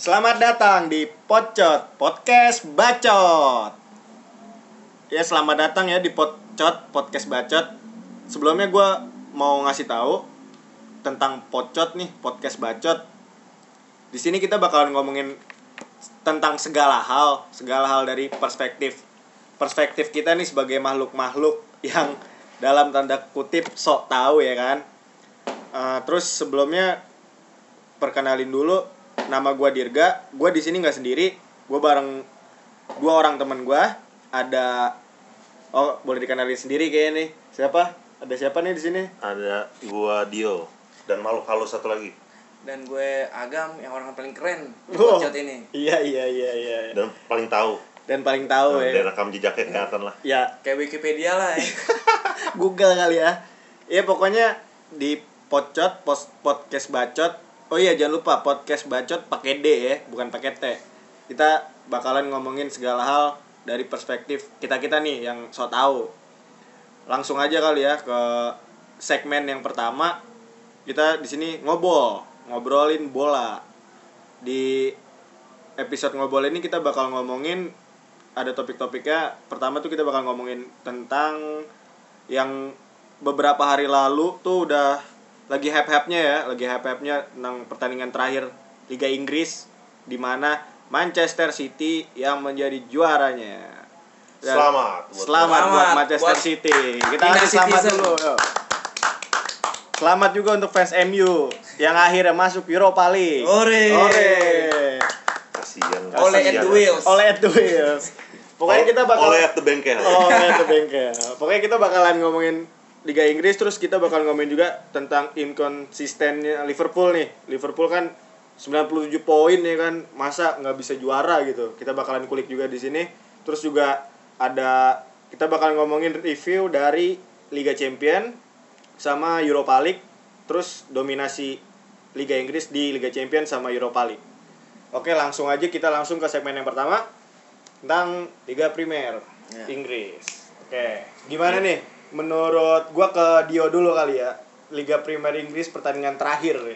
Selamat datang di Pocot Podcast Bacot. Ya, selamat datang ya di Pocot Podcast Bacot. Sebelumnya gue mau ngasih tahu tentang Pocot nih, Podcast Bacot. Di sini kita bakalan ngomongin tentang segala hal dari perspektif kita nih sebagai makhluk-makhluk yang dalam tanda kutip sok tahu ya kan. Terus sebelumnya perkenalin dulu, nama gue Dirga. Gue di sini nggak sendiri, gue bareng 2 orang teman gue. Ada, boleh dikenalin sendiri kayaknya nih. Siapa? Ada siapa nih di sini? Ada gue Dio dan makhluk halus satu lagi. Dan gue Agam, yang orang paling keren di Pocot ini. Iya. Dan paling tahu. Ya. Dan rekam jejaknya kelihatan lah. Ya, Kayak Wikipedia lah ya. Google kali ya. Ya pokoknya di Pocot Podcast Bacot. Oh iya, jangan lupa podcast Bacot pakai D ya, bukan pakai T. Kita bakalan ngomongin segala hal dari perspektif kita nih yang so tahu. Langsung aja kali ya ke segmen yang pertama. Kita di sini ngobrolin bola. Di episode ngobrol ini kita bakal ngomongin, ada topik-topiknya. Pertama tuh kita bakal ngomongin tentang yang beberapa hari lalu tuh udah lagi hype-hype-nya tentang pertandingan terakhir Liga Inggris, di mana Manchester City yang menjadi juaranya. Dan selamat buat Manchester City. Kita kasih selamat dulu. Yo. Selamat juga untuk fans MU yang akhirnya masuk Europa League. Ore. Kasian. Oleh at the wheels. Pokoknya kita bakal Oleh at the bengkel. Pokoknya kita bakalan ngomongin Liga Inggris, terus kita bakal ngomongin juga tentang inkonsistennya Liverpool nih. Liverpool kan 97 poin ya kan, masa nggak bisa juara gitu. Kita bakalan kulik juga di sini. Terus juga kita bakal ngomongin review dari Liga Champion sama Europa League, terus dominasi Liga Inggris di Liga Champion sama Europa League. Oke, langsung aja kita langsung ke segmen yang pertama tentang Liga Premier Inggris. Oke, gimana nih? Menurut gua ke Dio dulu kali ya. Liga Premier Inggris pertandingan terakhir nih.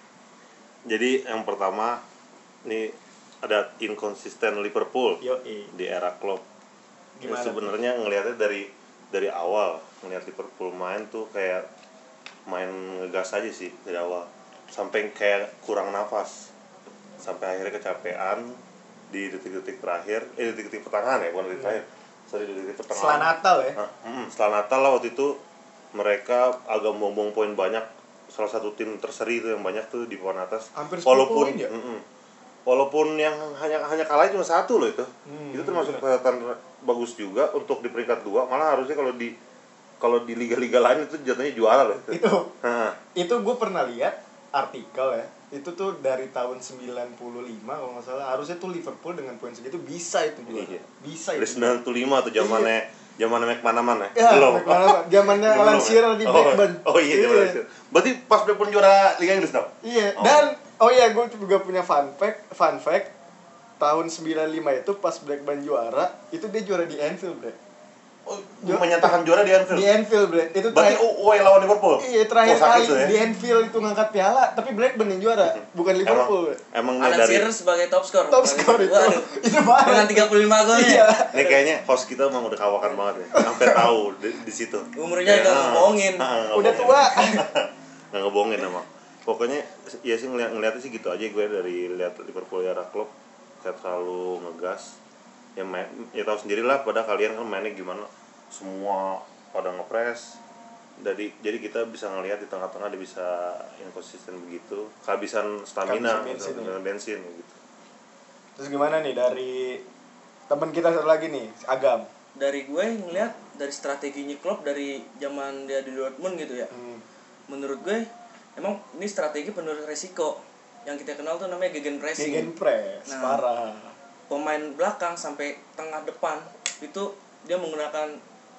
Jadi yang pertama nih ada inkonsisten Liverpool. Di era Klopp. Gimana? Sebenarnya ngelihatnya dari awal ngelihat Liverpool main tuh kayak main ngegas aja sih dari awal. Sampai kayak kurang nafas. Sampai akhirnya kecapean di detik-detik terakhir, detik-detik pertengahan ya, bukan detik terakhir. Setelah Natal ya? Setelah Natal lah waktu itu mereka agak buang poin banyak. Salah satu tim terseri itu yang banyak tuh di papan atas. Hampir 10 poin ya? Walaupun yang hanya kalah cuma 1 loh itu. Itu termasuk catatan bagus juga untuk di peringkat 2. Malah harusnya kalau di liga-liga lain itu jatuhnya juara loh itu. Itu gue pernah lihat artikel ya. Itu tuh dari tahun 95 kalau nggak salah, harusnya tuh Liverpool dengan poin segitu bisa itu juara. Iya. Bisa dari itu. 95 tuh zamannya McManaman ya? Ya, belum. Zamannya Alan Shearer di Blackburn. Oh iya, zamannya Shearer. Berarti pas Blackburn juara Liga Inggris dong? Iya. Dan gue juga punya fun fact. Tahun 95 itu pas Blackburn juara, itu dia juara di Anfield, Bre. Menyatakan juara di Anfield. Di Anfield, Bre. Itu berarti away lawan Liverpool. Iya, terakhir kali ya? di Anfield itu ngangkat piala, tapi Blackburn yang juara, bukan Liverpool. Emang Alan Shearer sebagai top score itu. Waduh. Itu banget. Dengan 35 gol Iya. Ini kayaknya host kita emang udah kawakan banget ya. Sampai tahu di situ. Umurnya enggak ngebohongin. Udah tua. Enggak ngebohongin emang. Pokoknya ya sih ngeliatnya sih gitu aja gue dari lihat Liverpool era Klopp, kayak terlalu ngegas. Ya tahu sendirilah pada kalian kan mainnya gimana. Semua pada ngepres. Jadi kita bisa ngelihat di tengah-tengah dia bisa inkonsisten begitu, kehabisan stamina, kehabisan bensin gitu. Terus gimana nih dari teman kita satu lagi nih, Agam? Dari gue ngeliat dari strateginya Klopp dari zaman dia di Dortmund gitu ya. Menurut gue emang ini strategi penuh resiko. Yang kita kenal tuh namanya gegenpressing. Gegenpress, parah. Pemain belakang sampai tengah depan itu dia menggunakan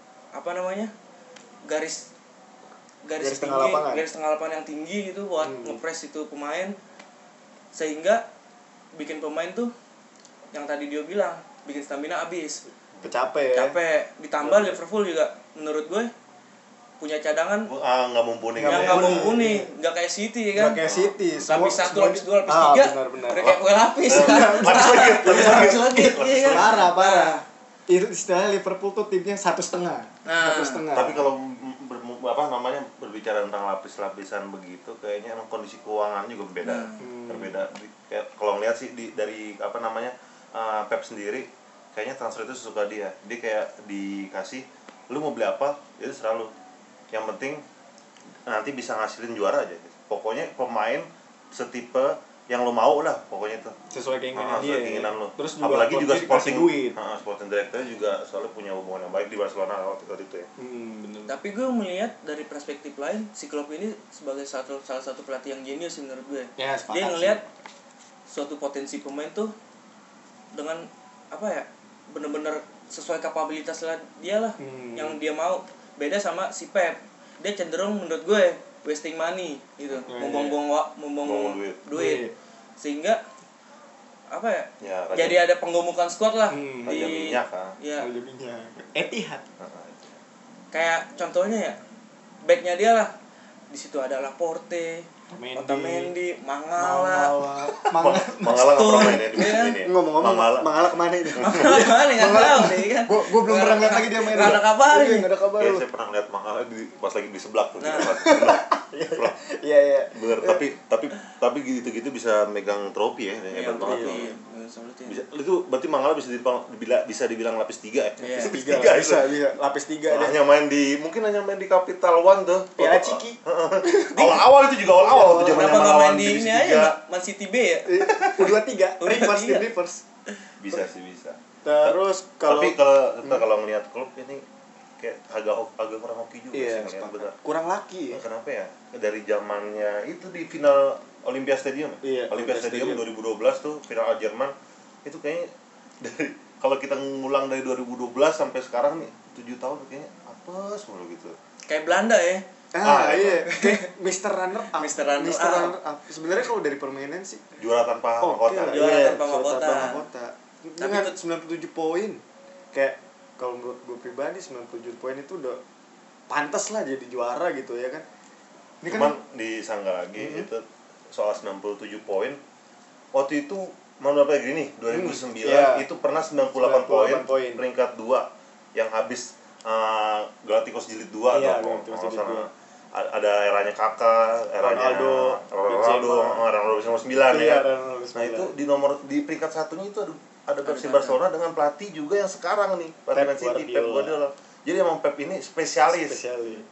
garis tengah lapangan yang tinggi gitu buat ngepres itu pemain, sehingga bikin pemain tuh yang tadi dia bilang bikin stamina habis, capek. Ditambah Liverpool juga menurut gue punya cadangan nggak mumpuni. yang nggak mumpuni, nggak kayak City kan. Nggak kayak City. Lapis 1, lapis 2, lapis 3. Benar. Mereka kue lapis kan. Lapis lagi. Iya kan. Parah. Itu istilahnya Liverpool tuh timnya 1,5. 1,5. Tapi kalau berbicara tentang lapis-lapisan begitu, kayaknya emang kondisi keuangan juga berbeda. Kayak kalau ngeliat sih dari Pep sendiri, kayaknya transfer itu sesuka dia. Dia kayak dikasih, lu mau beli apa, itu selalu. Yang penting nanti bisa ngasilin juara aja. Pokoknya pemain setipe yang lo mau lah, pokoknya itu sesuai keinginan lo. Terus apalagi juga sporting duit. Sporting director juga soalnya punya hubungan yang baik di Barcelona waktu itu ya. Bener. Tapi gue melihat dari perspektif lain, si Klopp ini sebagai salah satu pelatih yang jenius menurut gue. Ya, dia ngelihat suatu potensi pemain tuh dengan bener-bener sesuai kapabilitas dia lah yang dia mau. Beda sama si Pep, dia cenderung menurut gue wasting money gitu, membuang duit. Sehingga jadi ada penggemukan squad lah di minyak kan. Ya. Minyak. Etihad. Kayak contohnya ya, backnya dia lah. Di situ ada Laporte, Otamendi, Mangala nggak pernah main ya di sini. Ngomong-ngomong Mangala kemana itu? Mangala nggak tahu deh kan. Gue belum pernah lihat lagi dia main. Nggak ada kabar. Nggak ada kabar. Saya pernah lihat Mangala pas lagi di sebelah tuh. Iya. Bener. Tapi gitu bisa megang trofi ya, hebat banget tuh. Bisa, itu berarti Mangala bisa dibilang lapis 3 ya. Lapis 3 bisa. Lapis 3 dia. Hanya main di Capital One tuh. Piala Ciki. Awal-awal itu juga awal tuh kenapa nggak main di ini aja, Man City B ya? U23, reverse. Bisa sih. Terus kalau ngelihat klub ini kayak agak kurang hoki juga sih benar. Kurang laki ya. Kenapa ya? Dari zamannya itu di final Olympia Stadium. Iya, Olympia Stadium 2012 tuh final Jerman. Itu kayaknya dari kalau kita ngulang dari 2012 sampai sekarang nih 7 tahun kayaknya apes mulu gitu. Kayak Belanda ya. Iya. Kayak Mr. Runner Up. Sebenarnya kalau dari permainan sih juara tanpa mahkota. Juara tanpa mahkota. Dengan 97 poin. Kayak kalau menurut gue pribadi 97 poin itu udah pantas lah jadi juara gitu ya kan. Ini cuman disangka lagi itu soal 97 poin. Waktu itu mau berapa gini 2009 itu pernah 98 poin peringkat 2 yang habis Galacticos jilid 2 ada eranya Kakak, eranya Ronaldo 99 ya. Nah itu di peringkat satunya itu ada Pepsi Barcelona dengan pelatih juga yang sekarang nih, pelatih Man City, Pep Guardiola. Jadi emang Pep ini spesialis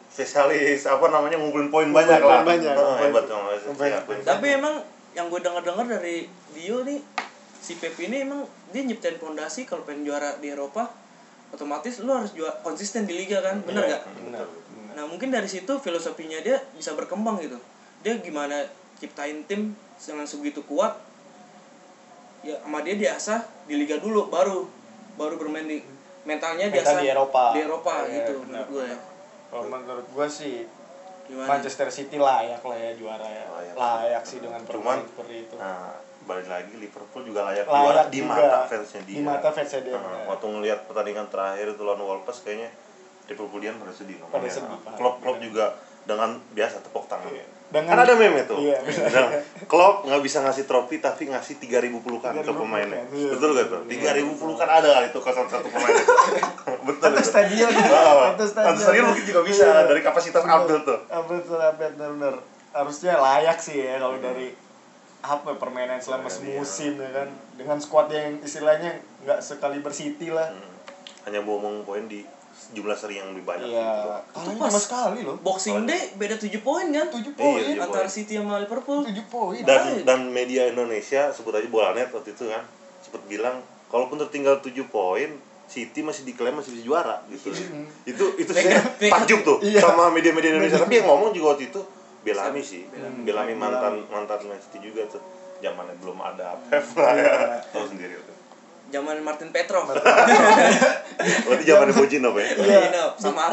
ngumpulin poin banyak lah. Hebat banget. Tapi emang yang gue dengar dari Dio nih, si Pep ini emang dia nyiptain fondasi kalau pengen juara di Eropa, otomatis lu harus konsisten di liga kan, bener gak? Bener. Nah mungkin dari situ filosofinya dia bisa berkembang gitu. Dia gimana ciptain tim dengan segitu kuat, ya sama dia diasah di liga dulu, baru bermain di mentalnya diasah di Eropa gitu menurut gue ya. Kalau menurut gue sih Gimana? Manchester City layak lah ya juara ya. Layak sih dengan permainan seperti itu. Nah, balik lagi Liverpool juga layak juara di mata fansnya dia. Di mata fansnya dia. Waktu ngelihat pertandingan terakhir itu lawan Wolves kayaknya Liverpoolian pada sedih ngomongnya. Klopp juga dengan biasa tepuk tangan. Kan ada meme tuh. Iya. Klopp nggak bisa ngasih trofi tapi ngasih 3.000 pelukan ke pemainnya. Betul gak tuh? 3.000 pelukan ada kali itu ke satu pemain. Betul. Atau stadion. Stadion mungkin juga bisa dari kapasitas update tuh. Bener. Harusnya layak sih ya kalau dari permainan selama semusim ya kan. Dengan skuad yang istilahnya nggak sekaliber City lah. Hanya bohong poin di jumlah seri yang lebih banyak. Iya. Kalahnya sama sekali loh. Boxing Day beda 7 poin kan? 7 poin antara City sama Liverpool. 7 poin. Dan media Indonesia sebut aja Bolanet waktu itu kan sempat bilang kalaupun tertinggal 7 poin City masih diklaim masih bisa juara gitu. Itu saya takjub tuh sama media-media Indonesia. Tapi yang ngomong juga waktu itu Bellamy sih. Bellamy mantan Man City juga tuh. Zamannya belum ada Pep lah ya. Tahu sendiri tuh. Zaman Martin Petrov. Berarti zamannya Bojinov ya. Sama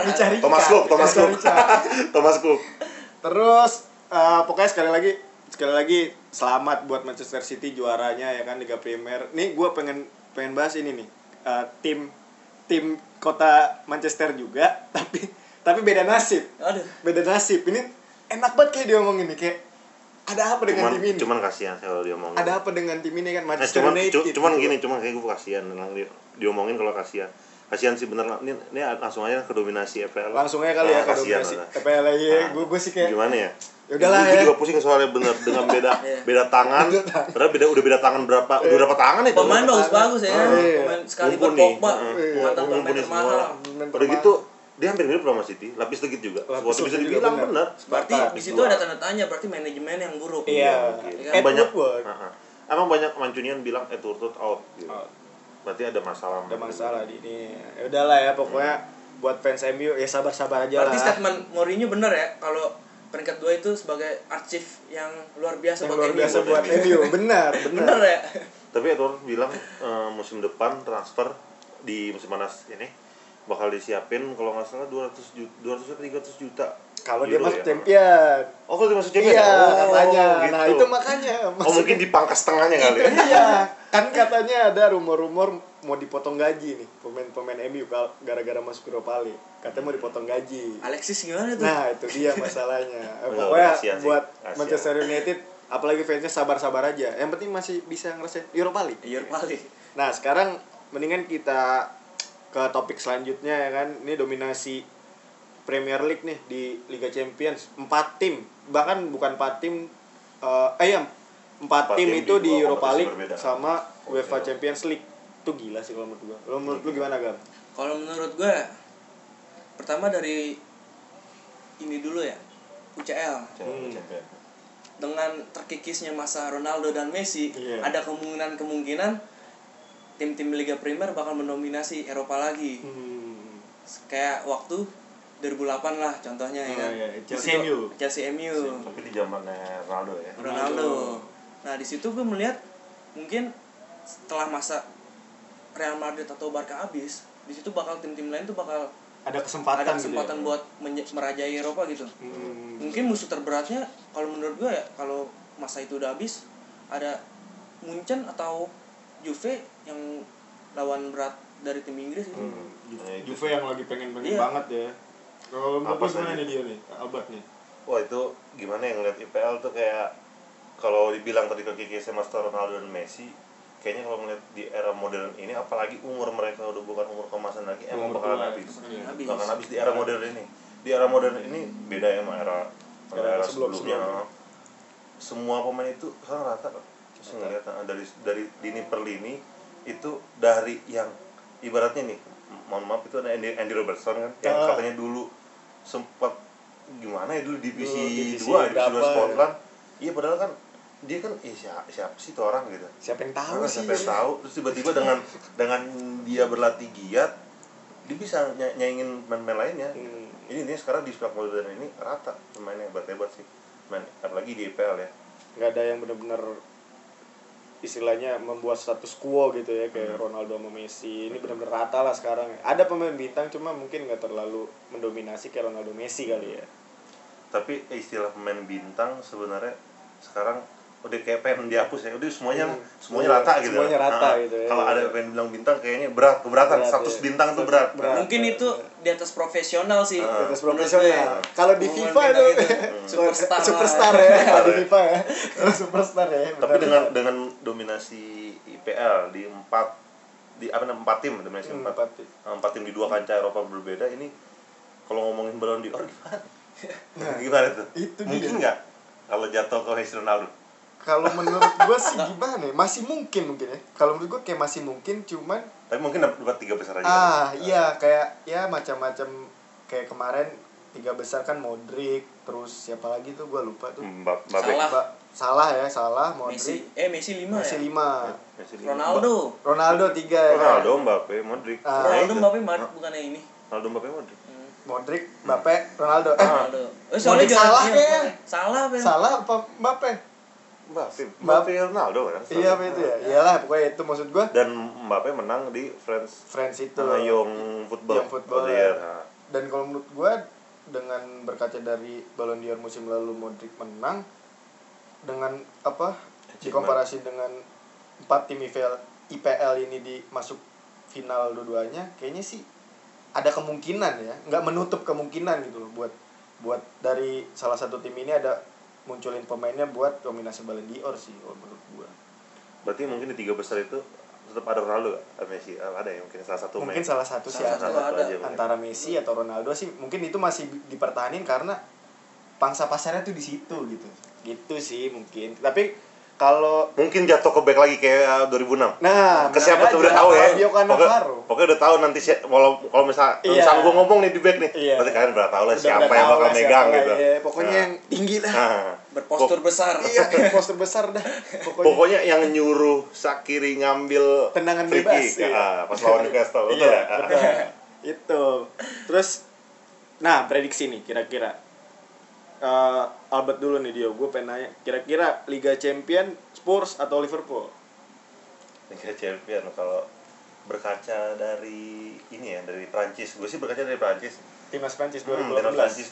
Thomas Cook. Terus pokoknya sekali lagi selamat buat Manchester City juaranya ya kan Liga Premier. Nih gue pengen bahas ini nih. Tim kota Manchester juga tapi Tapi beda nasib. Aduh. Beda nasib. Ini enak banget kayak dia ngomongin nih kayak ada apa dengan tim ini? Cuman kasihan saya kalau dia ngomongin. Ada apa dengan tim ini kan Manchester United. Cuman gini, cuman kayak gue kasihan dia ngomongin kalau kasihan. Kasihan sih bener, ini langsung aja ke dominasi EPL. Langsung aja kali ya ke dominasi EPL lagi. Gue sih kayak gimana ya? Yaudahlah ya. Gue juga pusing soalnya bener dengan beda tangan. Padahal udah beda tangan berapa? Udah berapa tangan itu? Pemain bagus-bagus ya. Pemain sekali Pogba, mantan pemain termahal. Udah gitu dia hampir mirip sama City, lapis legit juga. Waktu bisa dibilang benar. Berarti di situ ada tanda tanya, berarti manajemen yang buruk. Iya. Banyak. Emang banyak Mancunian bilang Turtut out gitu. Berarti ada masalah. Ada masalah di ini. Ya udahlah ya, pokoknya buat fans MU ya sabar-sabar aja lah. Berarti statement Mourinho bener ya kalau peringkat 2 itu sebagai arsip yang luar biasa buat MU. Benar. Bener ya. Tapi Turtut bilang musim depan transfer di musim panas ini bakal disiapin kalau nggak salah 200 atau 300 juta. Kalau dia masuk champion. Oh, kalau dia masuk champion. Iya, katanya. Gitu. Nah, itu makanya. Mungkin dipangkas tengahnya kali. Iya. Kan katanya ada rumor-rumor mau dipotong gaji nih pemain-pemain MU gara-gara masuk Europa League. Katanya mau dipotong gaji. Alexis gimana tuh? Nah, itu dia masalahnya. Pokoknya buat Manchester United apalagi fansnya sabar-sabar aja. Yang penting masih bisa ngerasain Europa League. Europa League. Nah, sekarang mendingan kita ke topik selanjutnya ya kan. Ini dominasi Premier League nih di Liga Champions 4 tim. Bahkan bukan 4 tim 4 tim itu di Europa League berbeda. Sama UEFA Champions League. Itu gila sih kalau menurut gua. Kalau menurut lu gimana, Gam? Kalau menurut gua pertama dari ini dulu ya. UCL. Dengan terkikisnya masa Ronaldo dan Messi, ada kemungkinan tim-tim Liga Premier bakal mendominasi Eropa lagi. Kayak waktu 2008 lah contohnya ya kan. Chelsea MU. Tapi di zamannya Ronaldo ya. Ronaldo. Nah, di situ gue melihat mungkin setelah masa Real Madrid atau Barca habis, di situ bakal tim-tim lain tuh bakal ada kesempatan gitu ya? Buat merajai Eropa gitu. Mungkin musuh terberatnya kalau menurut gue ya, kalau masa itu udah habis, ada Munchen atau Juve yang lawan berat dari tim Inggris itu. Juve yang lagi pengen banget ya. Kalau menurut gimana nih dia nih, Albert nih? Wah, itu gimana yang ngeliat IPL tuh kayak kalau dibilang tadi kekikisnya Master Ronaldo dan Messi, kayaknya kalau ngeliat di era modern ini, apalagi umur mereka udah bukan umur kemasan lagi, emang bakalan habis. Bakalan habis di era modern ini. Di era modern ini beda ya sama era sebelumnya. Semua pemain itu sekarang rata kan. Terus ngeliat dari lini per lini itu dari yang ibaratnya nih, mohon maaf itu ada Andy Robertson kan, yang katanya dulu sempat gimana ya dulu divisi 2 Scotland. Iya, padahal kan dia kan siapa sih tuh orang gitu. Siapa yang tahu sih? Siapa yang tahu? Terus tiba-tiba dengan dia berlatih giat, dia bisa nyaingin pemain lainnya. Ini sekarang di sepak modern ini rata pemainnya hebat sih. Apalagi di IPL ya. Nggak ada yang benar-benar istilahnya membuat status quo gitu ya kayak Ronaldo sama Messi. Ini benar-benar rata lah sekarang. Ada pemain bintang cuma mungkin nggak terlalu mendominasi kayak Ronaldo Messi kali ya. Tapi istilah pemain bintang sebenarnya sekarang udah kayak pengen dihapus ya. Udah semuanya rata gitu. Semuanya rata gitu ya. Kalau ada pengen bilang bintang kayaknya keberatan. Status bintang tuh berat. Mungkin itu di atas profesional sih. Di atas profesional. Kalau di FIFA itu superstar ya. Di FIFA ya. Superstar ya. Tapi dengan dominasi IPL di 4 tim dominasi 4 tim di 2 kancah Eropa berbeda ini, kalau ngomongin Ballon d'Or gimana tuh? Mungkin nggak kalau jatuh ke Messi Ronaldo? Kalau menurut gue sih gimana ya? Masih mungkin ya. Kalau menurut gue kayak masih mungkin, cuman tapi mungkin dapat 3 besar aja. Iya, kayak ya macam-macam kayak kemarin 3 besar kan Modric, terus siapa lagi tuh gue lupa tuh. Salah Modric. Messi 5 Messi ya? 5. Ronaldo 3 ya. Ronaldo, Mbappe, Modric. Ronaldo, Mbappe, bukannya ini. Ronaldo, Mbappe, Modric. Modric, Mbappe, Ronaldo. Soalnya salah apa Mbappe? Mbappe Ronaldo kan? Iya, itu ya. Iyalah, pokoknya itu maksud gua. Dan Mbappe menang di France itu. Young Football. Dan kalau menurut gua dengan berkaca dari Ballon d'Or musim lalu Modric menang dengan dikomparasi dengan 4 tim IPL ini masuk final dua-duanya, kayaknya sih ada kemungkinan ya, nggak menutup kemungkinan gitu loh buat dari salah satu tim ini ada munculin pemainnya buat dominasi Ballon d'Or sih kalau menurut gua. Berarti mungkin di 3 besar itu tetap ada Ronaldo gak? Messi ada ya mungkin salah satu Mungkin main. salah satu sih Salah satu ada. aja mungkin. antara Messi atau Ronaldo sih mungkin itu masih dipertahanin karena pangsa pasarnya tuh di situ gitu. Gitu sih mungkin. Tapi kalau Mungkin jatuh ke back lagi kayak 2006. nah, Ke siapa tuh udah aja, tahu ya. Fabio Cannavaro. Pokoknya udah tahu nanti kalau Iya. misalnya gue ngomong nih di back nih. Iya. Berarti kalian udah tahu lah Udah siapa tahu yang bakal lah megang siapa gitu. lah, ya. Pokoknya Nah. yang tinggi lah. Nah, Berpostur besar. Iya, poster besar dah. pokoknya yang nyuruh Shaqiri ngambil Tendangan free bebas, kick, iya. pas lawan Newcastle, betul Iya, ya? betul. Itu. Terus nah, prediksi nih kira-kira Albert dulu nih Dio, gue pengen nanya kira-kira Liga Champion Spurs atau Liverpool? Liga Champion kalau berkaca dari ini ya, dari Prancis. Gue sih berkaca dari Prancis. Timnas Prancis Timnas 2018. Prancis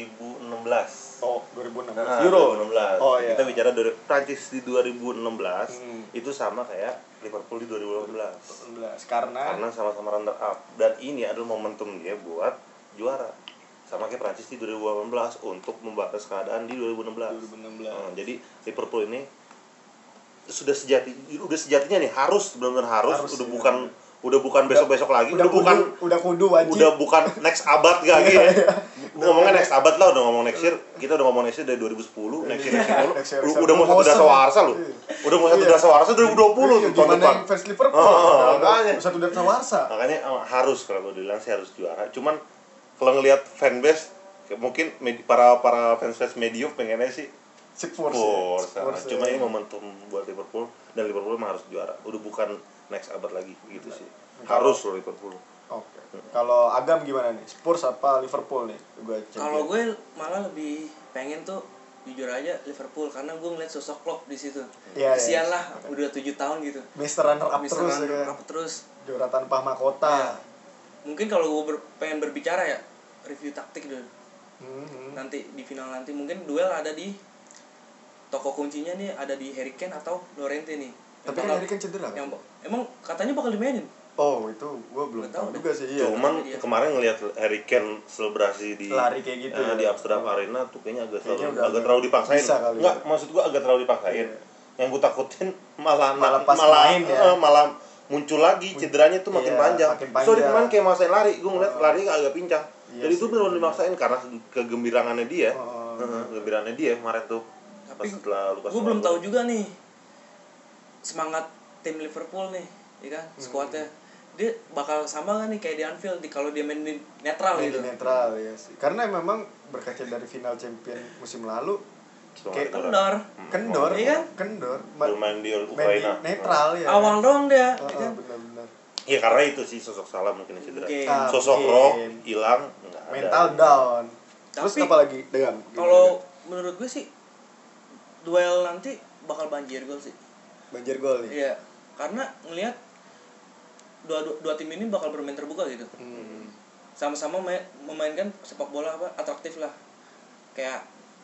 2016. Oh, 2016. Nah, Euro. 2016. Oh iya. Kita bicara dari Prancis di 2016 Hmm. itu sama kayak Liverpool di 2018. 2016 karena Sama-sama runner up dan ini adalah momentum dia buat juara. Sama kayak Prancis di 2018 untuk membatas keadaan di 2016. 2016. Jadi Liverpool ini udah sejatinya nih harus benar-benar harus udah ya. bukan besok-besok lagi, udah kudu wajib. udah bukan next abad gak gitu. Ngomongnya next abad lah, udah ngomong next year. Kita udah ngomong next year dari 2010, next year 2010. Udah mau satu dasawarsa lu. Udah mau satu dasawarsa 2020 tuh tahun Gimana depan. yang fans Liverpool? Makanya. Satu dasawarsa. Makanya harus kalau gue bilang sih harus juara. Cuman kalau ngelihat fanbase mungkin para fans medium pengennya sih Spurs. Spurs. Cuma ini momentum buat Liverpool dan Liverpool emang harus juara. Udah bukan next abad lagi gitu sih. Harus loh Liverpool. Oke. Kalau Agam gimana nih? Spurs apa Liverpool nih? Kalau gue malah lebih pengen tuh jujur aja Liverpool karena gue ngeliat sosok Klopp di situ. Iya, Kesian iya. lah, udah 7 tahun gitu. Mr. Runner Up Mr. terus Runner ya kan? up terus. Juara tanpa mahkota. Ya. Mungkin kalau gue pengen berbicara ya review taktik dulu. Nanti di final nanti mungkin duel ada di toko kuncinya nih ada di Harry Kane atau Llorente nih. Tapi kan Harry Kane cedera kan? Emang katanya bakal dimainin. Oh, itu gue belum Nggak tahu tahu juga sih. Iya. Cuman dia. kemarin ngelihat Harry Kane selebrasi di Lari kayak gitu ya. di Amsterdam Arena tuh kayaknya Kayaknya udah terlalu dipaksain. bisa kali Enggak, ya. maksud gua agak terlalu dipaksain. Iya. Yang gua takutin malah pas main ya. malah muncul lagi cederanya tuh makin Iya, panjang. makin So di panjang. kemarin kayak maksain lari, gua ngeliat larinya agak pincang. Iya Jadi itu sih. benar-benar dimaksain karena kegembiraannya dia. Oh. Kegembiraannya dia kemarin tuh. Pas Tapi setelah Lucas gue belum Moura. tahu juga nih semangat tim Liverpool nih, ya kan? Skuadnya. Dia bakal sama kan nih kayak di Anfield kalau dia main di netral Main gitu. di netral ya sih. Karena memang berkaca dari final champion musim lalu kayak kendor, Iya kan? kendor. Bermain di Main di Ukraina. netral ya. Awal doang dia, ya kan? Benar-benar. Ya karena itu sih sosok Salah mungkin yang cedera. Mungkin. Sosok Mungkin. Roh hilang enggak ada. Mental down. Terus Tapi- apa lagi? Dengan Kalau menurut gue sih duel nanti bakal banjir gol sih. banjir gol nih. Iya, karena ngelihat dua tim ini bakal bermain terbuka gitu. Sama-sama memainkan sepak bola atraktif lah. Kayak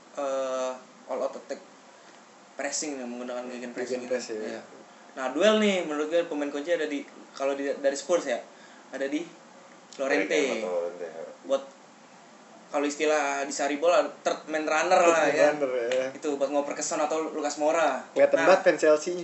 all out attack pressing menggunakan gegen pressing. Gegen press ya. Iya. Nah, duel nih menurut gue pemain kunci ada di kalau dari Spurs ya, ada di Llorente. Buat kalau istilah di Saribol third man runner lah ya. Runner ya. Itu buat ngoper ke Son atau Lucas Moura. Kelihatan banget fans Chelsea.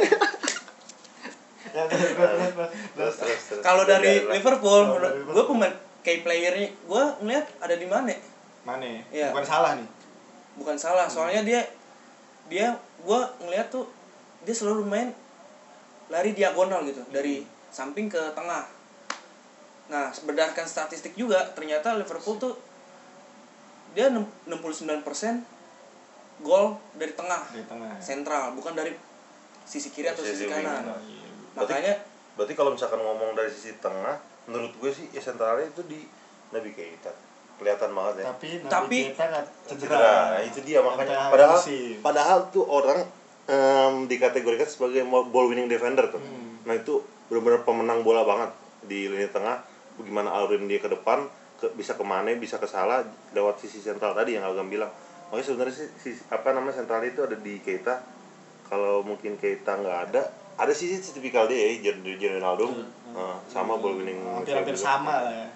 Terus. Kalau dari Liverpool, Oh, menurut dari gue pemain key playernya gue ngeliat ada di mana? Mana ya? Iya. Bukan salah nih. Bukan salah, soalnya dia gue ngeliat tuh dia selalu main lari diagonal gitu dari samping ke tengah. Nah, berdasarkan statistik juga ternyata Liverpool tuh dia 69% gol dari tengah. Di tengah. Sentral, bukan dari sisi kiri atau sisi Sisi kanan. wing. Makanya Berarti kalau misalkan ngomong dari sisi tengah, menurut gue sih ya sentralnya itu di Naby Keita. Kelihatan banget ya. Tapi- kita nggak Cedera. Nah, itu dia makanya. Sampai Padahal musim. padahal tuh orang dikategorikan sebagai ball winning defender tuh. Nah, itu benar-benar pemenang bola banget di lini tengah. Bagaimana alurin dia ke depan, bisa kemana, bisa ke salah lewat sisi sentral tadi yang Agam bilang. Makanya sebenarnya sih sentral itu ada di Keita. Kalau mungkin Keita nggak ada sisi tipikal dia ya, Ronaldo sama ball winning. hampir sama lah ya.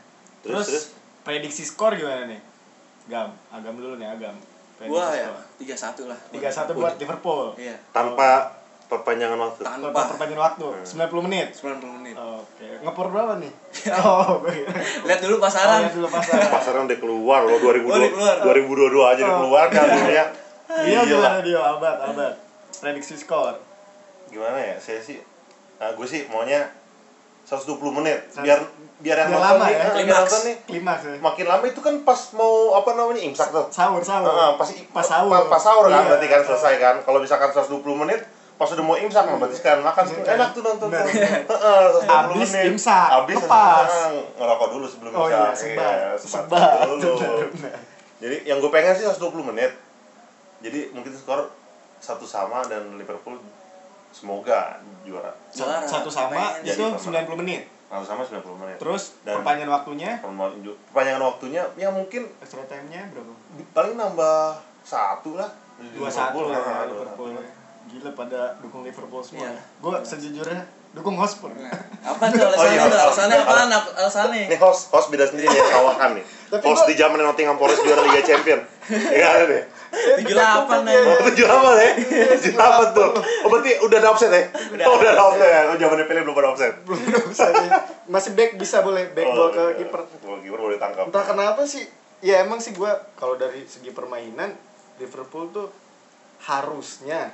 Terus prediksi skor gimana nih? Agam dulu nih, Agam. Gua ya 3-1 lah. 3-1 buat Liverpool. Iya. Tanpa perpanjangan waktu. Tanpa perpanjangan waktu. 90 menit. 90 menit. Oke. Ngepur berapa nih? Oh, Lihat dulu pasaran. lihat dulu pasaran. Pasaran udah keluar loh 2022 aja udah keluar kan ya. Iya gimana dia abad. Prediksi skor. Gimana ya? Saya sih gue sih maunya 120 menit biar yang Biar nonton lama nih, ya. yang nonton nih Klimaks ya. makin lama itu kan pas mau apa namanya imsak tuh. Sahur. Pas sahur. Pas sahur kan Iya. berarti kan selesai kan. Kalau misalkan 120 menit pas udah mau imsak berarti sekalian makan tuh enak tuh nonton. Bener. Heeh, 120 Abis menit. imsak, Abis lepas. ngerokok dulu sebelum Oh iya, imsak. sebat dulu. Bener. Jadi yang gue pengen sih 120 menit. Jadi mungkin skor 1-1 dan Liverpool semoga juara. Satu sama Pengen. itu Jadi, 90 menit. 1-1 90 menit. Terus Dan perpanjangan waktunya, perpanjangan waktunya ya mungkin extra time-nya berapa? paling nambah 1 lah. 2-1 ya, Nah, Liverpool. 2-1. Gila pada dukung Liverpool semua. Iya. Gue sejujurnya dukung Hotspur. Nah, apa tuh alasannya tuh? Alasannya apaan? Alasannya? Ini host beda sendiri nih kawakan nih. Tapi Host di zaman Nottingham Forest juara Liga Champion. Ya kan nih. 78 nih. Oh, 78 ya? 78 tuh. Oh, berarti udah ada offset ya? Oh, udah ada offset ya? Oh, zamannya Pele belum ada offset. Belum bisa nih. Masih back bisa boleh back ball ke kiper. Kiper boleh tangkap. Entah kenapa sih. Ya emang sih gue kalau dari segi permainan Liverpool tuh harusnya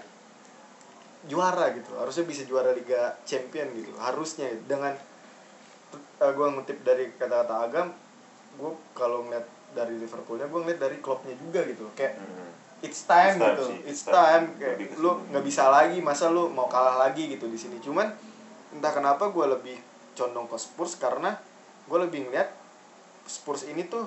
juara gitu. Harusnya bisa juara Liga Champion gitu. Harusnya dengan gue ngutip dari kata-kata Agam, gue kalau ngeliat dari Liverpoolnya gue ngeliat dari klubnya juga gitu. Kayak it's time gitu. It's time kayak lu nggak bisa lagi, masa lu mau kalah lagi gitu di sini. Cuman entah kenapa gue lebih condong ke Spurs karena gue lebih ngeliat Spurs ini tuh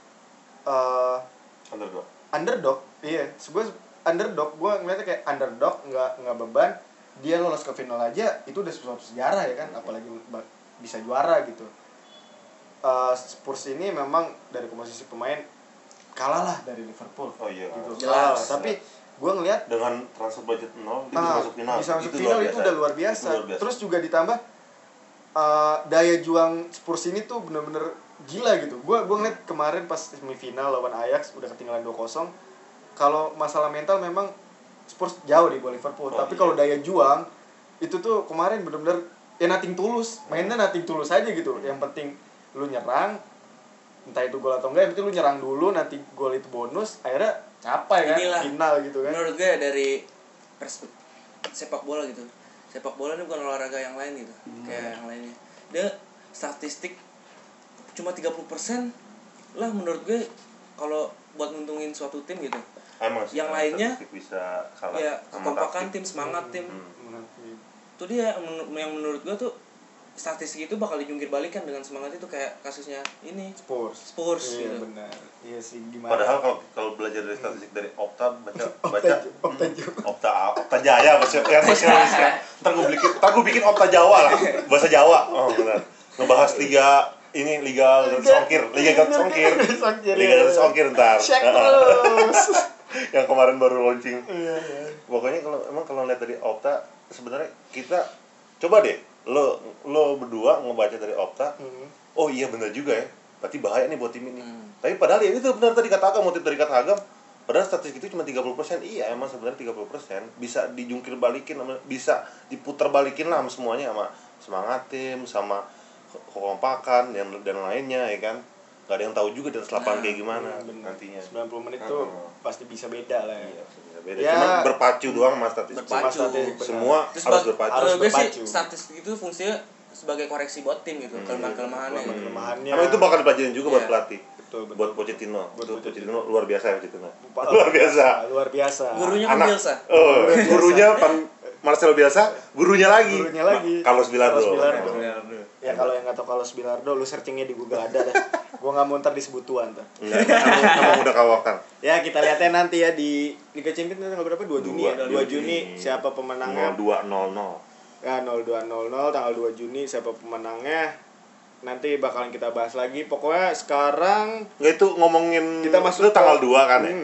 underdog. Iya, gue underdog. Gue ngeliatnya kayak underdog, nggak beban. Dia lolos ke final aja itu udah suatu sejarah ya kan, apalagi bisa juara gitu. Spurs ini memang dari komposisi pemain kalah lah dari Liverpool. Oh iya. Gitu. Jelas. Tapi gue ngeliat dengan transfer budget 0 dia bisa masuk final. Bisa masuk final itu udah luar biasa. Itu luar biasa. Terus juga ditambah daya juang Spurs ini tuh bener-bener gila gitu. Gue ngeliat kemarin pas semifinal lawan Ajax udah ketinggalan 2-0. Kalau masalah mental memang Spurs jauh di bawah Liverpool. Tapi kalau daya juang itu tuh kemarin bener-bener ya nothing tulus. Mainnya nothing tulus aja gitu. Yang penting lu nyerang, entah itu gol atau enggak, yang penting lu nyerang dulu, nanti gol itu bonus, akhirnya capai kan final gitu kan. Menurut gue dari sepak bola gitu. Sepak bola ini bukan olahraga yang lain gitu. Kayak yang lainnya. Dia statistik cuma 30% lah menurut gue kalau buat nguntungin suatu tim gitu. Emang sih, yang lainnya bisa salah ya sama kekompakan taktik. tim, semangat tim. Itu dia yang menurut gue tuh statistik itu bakal dijungkir balikan dengan semangat itu kayak kasusnya ini Spurs gitu. Iya benar. Iya sih gimana. Padahal kalau belajar dari statistik dari Opta baca Opta Jaya bahasa ntar gue bikin Opta Jawa lah bahasa Jawa. Oh benar. Ngebahas liga gratis ongkir ntar. Yang kemarin baru launching. Iya. Pokoknya kalau lihat dari Opta sebenarnya kita coba deh lo berdua ngebaca dari Opta. Oh iya benar juga ya. Berarti bahaya nih buat tim ini. Tapi padahal ya itu benar tadi kata Agam, motif dari kata Agam. Padahal statistik itu cuma 30%. Iya, emang sebenarnya 30%. Bisa dijungkir balikin, bisa diputar balikin lah sama semuanya, sama semangat tim, sama kekompakan dan lainnya ya kan. Gak ada yang tahu juga di atas lapangan kayak gimana nantinya. 90 menit tuh pasti bisa beda lah ya. Iya, beda. Ya, Cuma berpacu doang sama statistik. Semua harus berpacu. Kalau gue sih statistik itu fungsinya sebagai koreksi buat tim gitu, kelemahannya. Karena itu bakal dipelajarin juga buat pelatih. Betul. Buat Pochettino. Pochettino luar biasa ya Pochettino. Luar biasa. Gurunya kan Bielsa. Oh, gurunya Marcelo Bielsa, gurunya lagi. Carlos Bilardo. Ya kalau yang nggak tahu Carlos Bilardo, lu searchingnya di Google ada dah. Gua nggak mau ntar disebut tuan tuh. Emang udah kawakan. Ya kita lihatnya nanti ya di Liga Champions tanggal berapa? 2 Juni ya. 2 Juni siapa pemenangnya? 0200. Ya 0200 tanggal 2 Juni siapa pemenangnya? Nanti bakalan kita bahas lagi. Pokoknya sekarang nggak itu ngomongin kita masuk tanggal 2 kan ya.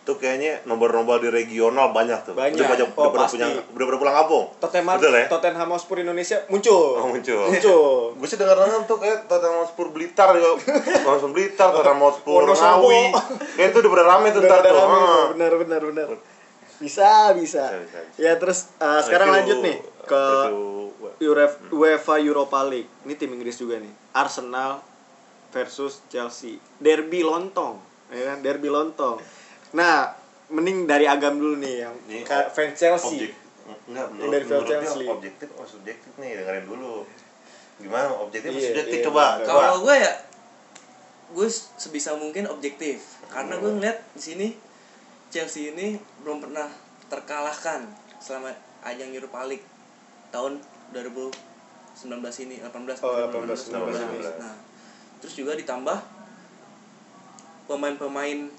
tuh kayaknya nomor-nomor di regional banyak tuh. Banyak. Udah pada Pasti. pulang kampung. Betul ya? Tottenham Hotspur Indonesia muncul. Muncul. Gue sih dengar-dengar tuh kayak Tottenham Hotspur Blitar juga. Langsung Blitar, Tottenham Hotspur Wonosobo. Ngawi. Kayak itu udah pada rame tuh ntar tuh. Benar. Bisa. Ya terus sekarang lanjut nih ke UEFA Europa League. Ini tim Inggris juga nih. Arsenal versus Chelsea. Derby lontong, ya kan? Derby lontong. Nah, mending dari Agam dulu nih yang fans Chelsea. Enggak, dari menurut Chelsea. dia objektif atau subjektif nih, dengerin dulu. Gimana objektif atau Iya, subjektif iya, coba. Kalau gue sebisa mungkin objektif karena gue ngeliat di sini Chelsea ini belum pernah terkalahkan selama ajang Europa League tahun 2019 ini 18 19. Nah, terus juga ditambah pemain-pemain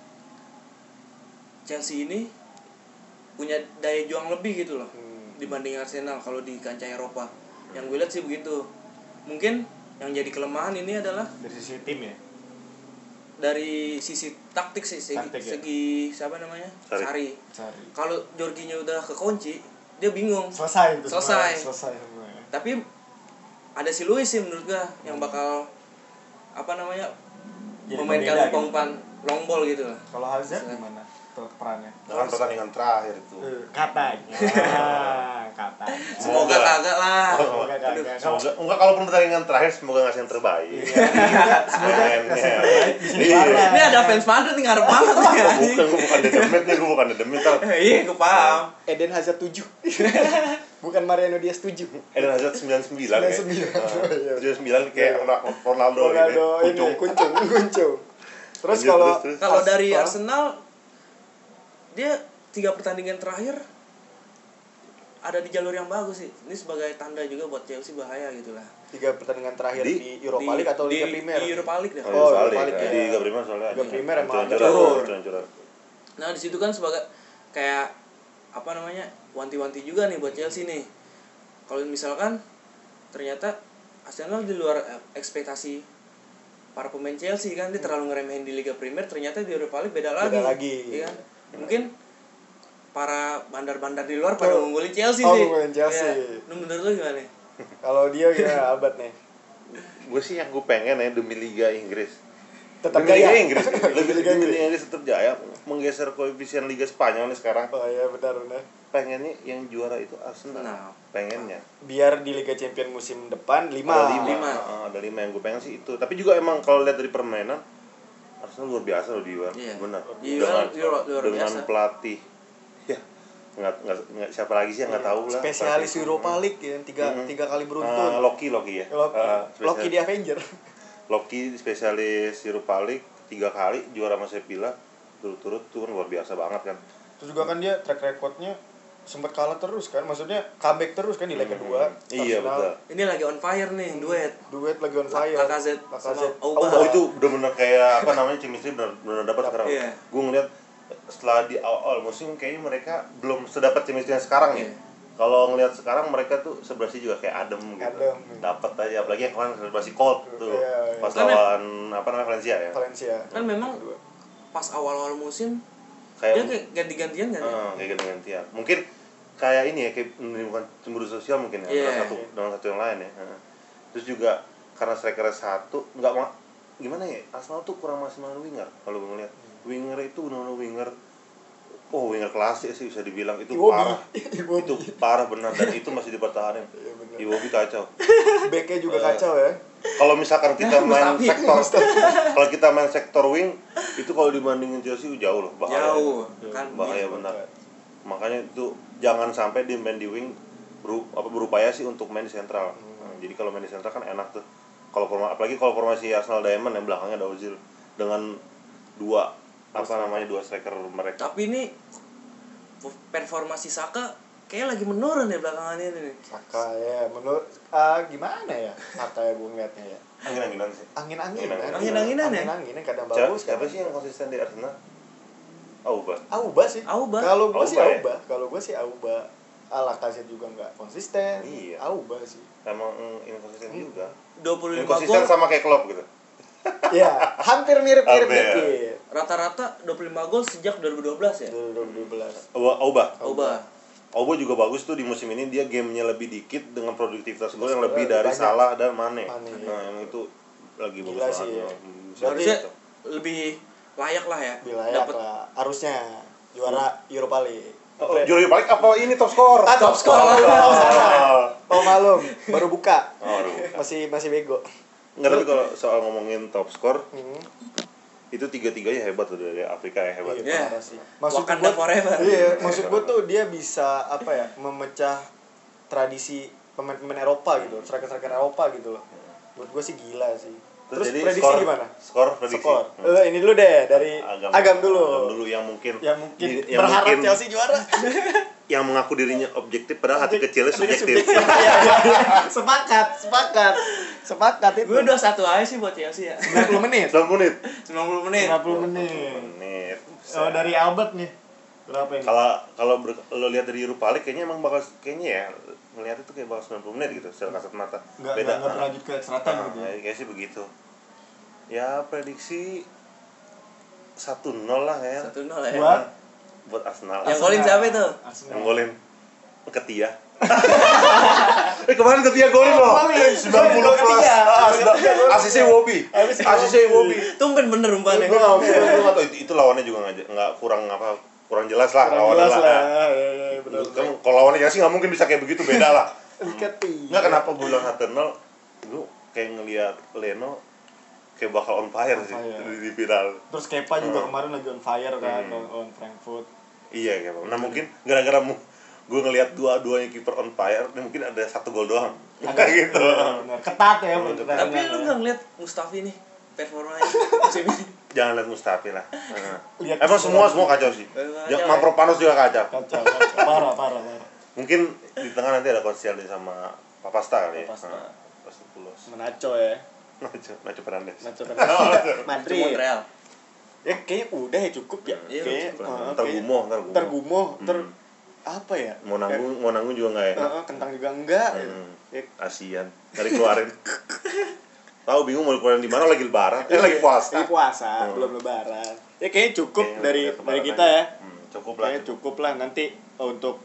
Chelsea ini punya daya juang lebih gitu loh dibanding Arsenal kalau di kancah Eropa. Yang gue lihat sih begitu. Mungkin yang jadi kelemahan ini adalah Dari sisi tim ya. dari sisi taktik sih, segi siapa namanya? Sari. Kalau Jorginho udah kekunci, dia bingung. Selesai. Semua. Tapi ada si Luis sih menurut gua yang bakal Jadi memainkan pembeda umpan long ball gitu lah. Kalau Hazard gimana perannya? Dengan pertandingan terakhir itu. Katanya. Semoga kagak lah. Enggak kalau pertandingan terakhir semoga ngasih yang terbaik. Semoga Iya. Ini ada fans Madrid nih ngarep banget nih. Gue bukan dedemit tau. Iya, gue paham. Eden Hazard 7. Bukan Mariano Diaz 7. Eden Hazard 99 kayak. 99. 79 kayak Ronaldo ini kuncung. Terus Lanjut, Kalau dari Arsenal dia 3 pertandingan terakhir ada di jalur yang bagus sih. Ini sebagai tanda juga buat Chelsea bahaya gitu lah. 3 pertandingan terakhir di Europa League atau Liga Primer? Di Europa League dah. Europa League. Di Liga Primer soalnya. Liga Primer emang hancur. Nah, di situ kan sebagai kayak wanti-wanti juga nih buat Chelsea nih. Kalau misalkan ternyata Arsenal di luar ekspektasi para pemain Chelsea kan, dia terlalu ngeremehin di Liga Primer, ternyata di Europa League beda lagi. Iya kan? Mungkin para bandar-bandar di luar pada ngunggulin Chelsea sih. Ngunggulin Chelsea. Ya. Menurut lu gimana? Kalau dia gimana abad nih? Gue sih yang gue pengen ya demi Liga Inggris. Tetap demi jaya. Liga Inggris. Liga Inggris tetap jaya, menggeser koefisien Liga Spanyol nih sekarang. Oh iya benar. Pengennya yang juara itu Arsenal. Nah, pengennya. Biar di Liga Champions musim depan 5. Ada 5 yang gue pengen sih itu. Tapi juga emang kalau lihat dari permainan Arsenal luar biasa loh di luar. Iya. Benar. Dengan pelatih. Ya. Enggak siapa lagi sih yang enggak tahu lah. Spesialis Europa League ya, 3 kali beruntun. Loki ya. Loki di Avenger. Loki spesialis Europa League 3 kali juara sama Sevilla turut-turut tuh kan luar biasa banget kan. Terus juga kan dia track recordnya sempat kalah terus kan, maksudnya comeback terus kan di leg kedua. Iya betul. Ini lagi on fire nih, duet lagi on fire. Lacazette sama Auba. Oh itu benar-benar kayak chemistry benar dapat sekarang. Iya. Gue ngeliat setelah di awal musim kayaknya mereka belum sedapat chemistry yang sekarang ya. Kalau ngelihat sekarang mereka tuh seberasi juga kayak adem gitu. Dapat aja, apalagi yang kemarin seberasi cold tuh. Pas lawan Valencia ya. Kan memang pas awal-awal musim kayak dia kayak ganti-gantian kan ya? Kayak ganti-gantian. Mungkin kayak ini ya, kayak menimbulkan cemburu sosial mungkin ya, dengan satu yang lain ya. Terus juga karena striker satu, gimana ya, Arsenal tuh kurang maksimal winger kalau gue ngeliat. Winger itu benar-benar winger klasik sih bisa dibilang, itu parah. Itu parah benar, dan itu masih dipertahankan. Iwobi kacau. Backnya juga kacau ya. Kalau misalkan kita main kalau kita main sektor wing itu kalau dibandingin Chelsea jauh loh, bahaya. Bahaya benar. Makanya itu jangan sampai dia main di wing berupaya sih untuk main di sentral. Jadi kalau main di sentral kan enak tuh. Apalagi kalau formasi Arsenal Diamond yang belakangnya ada Ozil dengan dua striker mereka. Tapi ini performasi Saka kayak lagi menurun ya belakangan ini nih. Saka ya, menurut gimana ya? Saka ya gue ngeliatnya ya. Angin-anginan sih. Angin-anginan ya. Angin-anginan kadang bagus. Siapa sih yang konsisten di Arsenal? Auba sih. Kalau gue sih ya? Auba. Kalau gue sih Auba. Lacazette juga nggak konsisten. Iya. Auba sih. Emang inkonsisten juga. 25 Inkonsisten gol sama kayak Klopp gitu. Ya, hampir mirip-mirip dikit. rata-rata 25 gol sejak 2012 ya. 2012. Auba juga bagus tuh di musim ini, dia gamenya lebih dikit dengan produktivitas gol yang lebih dari banyak. Salah dan Mane. Nah, Yang itu lagi gila bagus sih banget. ya. Harusnya lebih layak lah ya. Wilayah lah. Harusnya juara Europa League. Juara balik apa ini top skor? Top skor. Oh malum, baru buka. Masih bego. Enggak, tapi kalau soal ngomongin top skor, itu tiga-tiganya hebat tuh dari Afrika ya, hebat. Iya. Parah sih. Maksud Wakanda gua, forever. Iya, maksud gue tuh dia bisa memecah tradisi pemain-pemain Eropa gitu, striker-striker Eropa gitu loh. Buat gue sih gila sih. Terus jadi prediksi gimana? Skor prediksi. Ini dulu deh dari Agam dulu. Agam dulu yang mungkin berharap Chelsea juara. Yang mengaku dirinya objektif padahal hati kecilnya subjektif. Iya. Sepakat itu. Gue 2-1 aja sih buat Chelsea ya. 90 menit. 90 menit. 90 menit. 90 menit. Oh, dari Albert nih. Berapa ini? Kalau lo lihat dari Europa League kayaknya emang bakal ya ngelihat itu kayak bakal 90 menit gitu secara kasat mata. Beda. Enggak berlanjut ke extra time gitu ya. Kayak sih begitu. Ya prediksi 1-0 lah ya. 1-0 ya. Buat Arsenal. Yang golin siapa itu? Yang golin Ketia. Kemarin Ketia golin loh. 90 plus. Asisnya Wobi. Tumben bener umpannya. Itu lawannya juga enggak kurang jelas lah lawannya lah. Iya, benar. Kan kalau lawannya Chelsea enggak mungkin bisa kayak begitu, beda lah. Ketia. Enggak, kenapa gue bilang 1-0? Gue kayak ngelihat Leno kayak bakal on fire sih di viral. Terus Kepa juga kemarin lagi on fire kan on Frankfurt. Iya kayak. Nah mungkin gara-gara gue ngelihat dua-duanya kiper on fire, mungkin ada 1 gol doang. Kayak gitu. Benar. Ketat ya. Tapi lu enggak ngeliat Mustafi nih performanya musim ini. Jangan lihat Mustafi lah. Lihat Emang semua kacau sih. Mavropanos juga kacau. Kacau. Parah. Mungkin di tengah nanti ada konsil sama Papasta kali ya. Papastapulos. Menaco ya. Nacho Fernandes. Madrid. Montreal. Ya kayaknya udah ya cukup ya. Iya, Tergumoh. Apa ya? Mau nanggung juga enggak ya. Kentang juga enggak. Kasian. Dari keluarin. Tahu bingung mau keluarin di mana, lagi lebaran. Lagi puasa. Belum lebaran. Ya kayaknya cukup dari kita ya. Cukup lah nanti untuk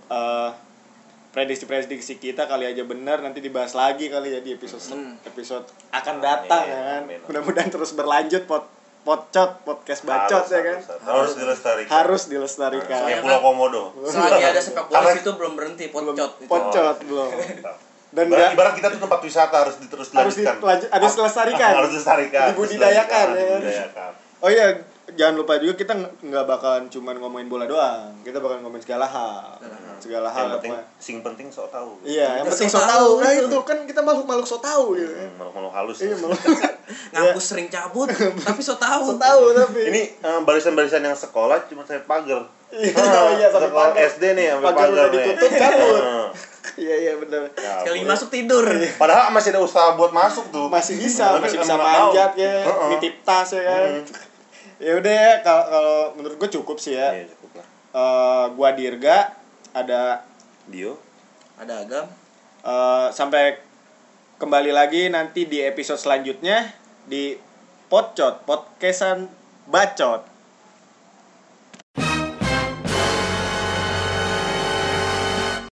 prediksi kita kali aja benar, nanti dibahas lagi kali ya di episode akan datang ya kan. Mudah-mudahan terus berlanjut podcast bacot ya kan. Harus dilestarikan. Kayak Pulau Komodo. Selagi ada sepak bola itu belum berhenti Pocot belum. Dan ibarat kita tuh tempat wisata harus dilestarikan. Harus dilestarikan. Dibudidayakan ya kan. Oh iya, jangan lupa juga kita nggak bakalan cuman ngomongin bola doang. Kita bakalan ngomongin segala hal. Yang penting sok tahu. Iya, yang penting sok tahu. Nah itu kan kita makhluk sok tahu gitu. Makhluk halus. Iya, ngampus sering cabut, tapi sok tahu. Tapi. Ini barisan-barisan yang sekolah cuma saya pagar. Iya, sampai pagar. SD nih sampai pagar udah nih. ditutup cabut. Iya benar. Sekali masuk tidur. Padahal masih ada usaha buat masuk tuh. Masih bisa manjat ya, nitip tas ya kan. Ya udah ya, kalau menurut gue cukup sih ya. Iya, cukup lah. Gua Dirga, ada Dio, ada Agam. Sampai kembali lagi nanti di episode selanjutnya di podcastan bacot.